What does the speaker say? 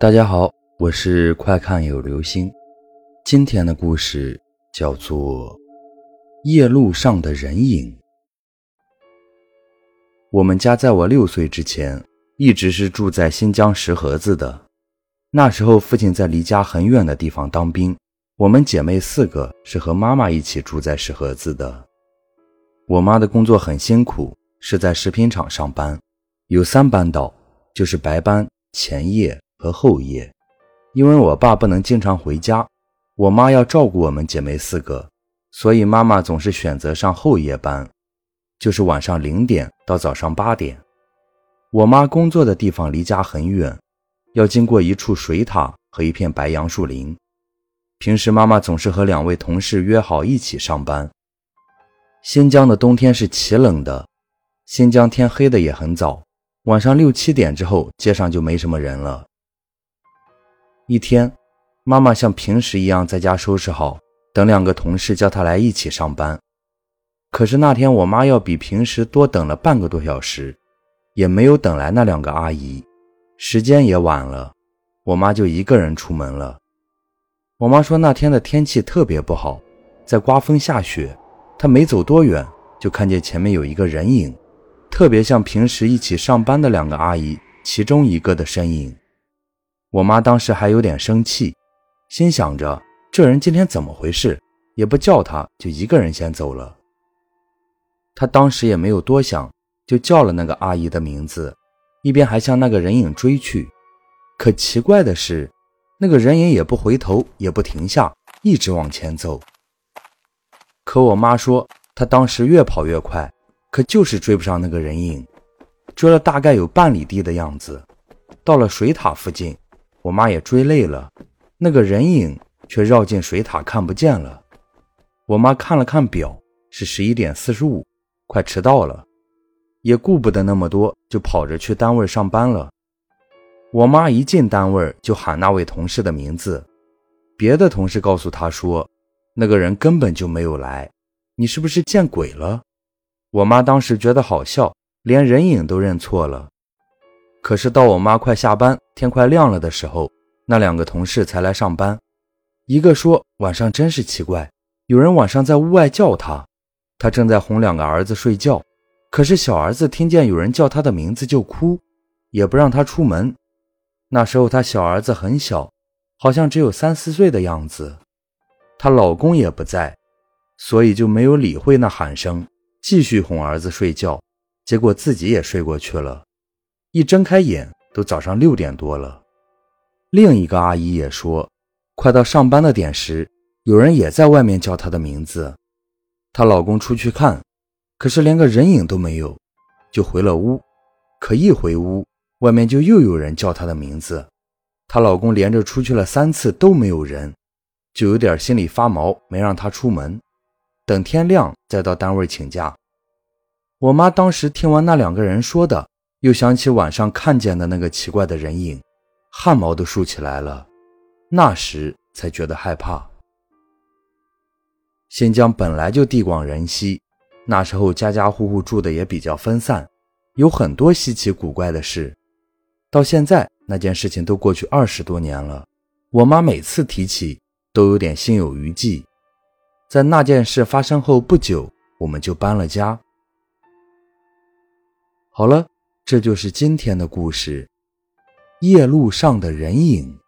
大家好，我是快看有流星。今天的故事叫做夜路上的人影。我们家在我6岁之前一直是住在新疆石河子的。那时候父亲在离家很远的地方当兵，我们姐妹4个是和妈妈一起住在石河子的。我妈的工作很辛苦，是在食品厂上班，有3班倒，就是白班、前夜和后夜。因为我爸不能经常回家，我妈要照顾我们姐妹4个，所以妈妈总是选择上后夜班，就是晚上0点到早上8点。我妈工作的地方离家很远，要经过一处水塔和一片白杨树林。平时妈妈总是和2位同事约好一起上班。新疆的冬天是奇冷的，新疆天黑的也很早，晚上6、7点之后街上就没什么人了。一天，妈妈像平时一样在家收拾好，等2个同事叫她来一起上班。可是那天我妈要比平时多等了半个多小时，也没有等来那2个阿姨，时间也晚了，我妈就一个人出门了。我妈说那天的天气特别不好，在刮风下雪，她没走多远就看见前面有一个人影，特别像平时一起上班的2个阿姨其中一个的身影。我妈当时还有点生气，心想着这人今天怎么回事，也不叫他就一个人先走了。她当时也没有多想，就叫了那个阿姨的名字，一边还向那个人影追去。可奇怪的是，那个人影也不回头也不停下，一直往前走。可我妈说她当时越跑越快，可就是追不上那个人影，追了大概有半里地的样子。到了水塔附近，我妈也追累了，那个人影却绕进水塔看不见了。我妈看了看表，是11点45，快迟到了，也顾不得那么多，就跑着去单位上班了。我妈一进单位就喊那位同事的名字，别的同事告诉她说，那个人根本就没有来，你是不是见鬼了？我妈当时觉得好笑，连人影都认错了。可是到我妈快下班，天快亮了的时候，那2个同事才来上班。一个说晚上真是奇怪，有人晚上在屋外叫他，他正在哄2个儿子睡觉，可是小儿子听见有人叫他的名字就哭，也不让他出门。那时候他小儿子很小，好像只有3、4岁的样子。她老公也不在，所以就没有理会那喊声，继续哄儿子睡觉，结果自己也睡过去了。一睁开眼都早上6点多了。另一个阿姨也说，快到上班的点时，有人也在外面叫她的名字。她老公出去看，可是连个人影都没有，就回了屋。可一回屋，外面就又有人叫她的名字。她老公连着出去了3次都没有人，就有点心里发毛，没让她出门，等天亮再到单位请假。我妈当时听完那2个人说的，又想起晚上看见的那个奇怪的人影，汗毛都竖起来了，那时才觉得害怕。新疆本来就地广人稀，那时候家家户户住的也比较分散，有很多稀奇古怪的事。到现在那件事情都过去20多年了，我妈每次提起都有点心有余悸。在那件事发生后不久，我们就搬了家。好了，这就是今天的故事，夜路上的人影。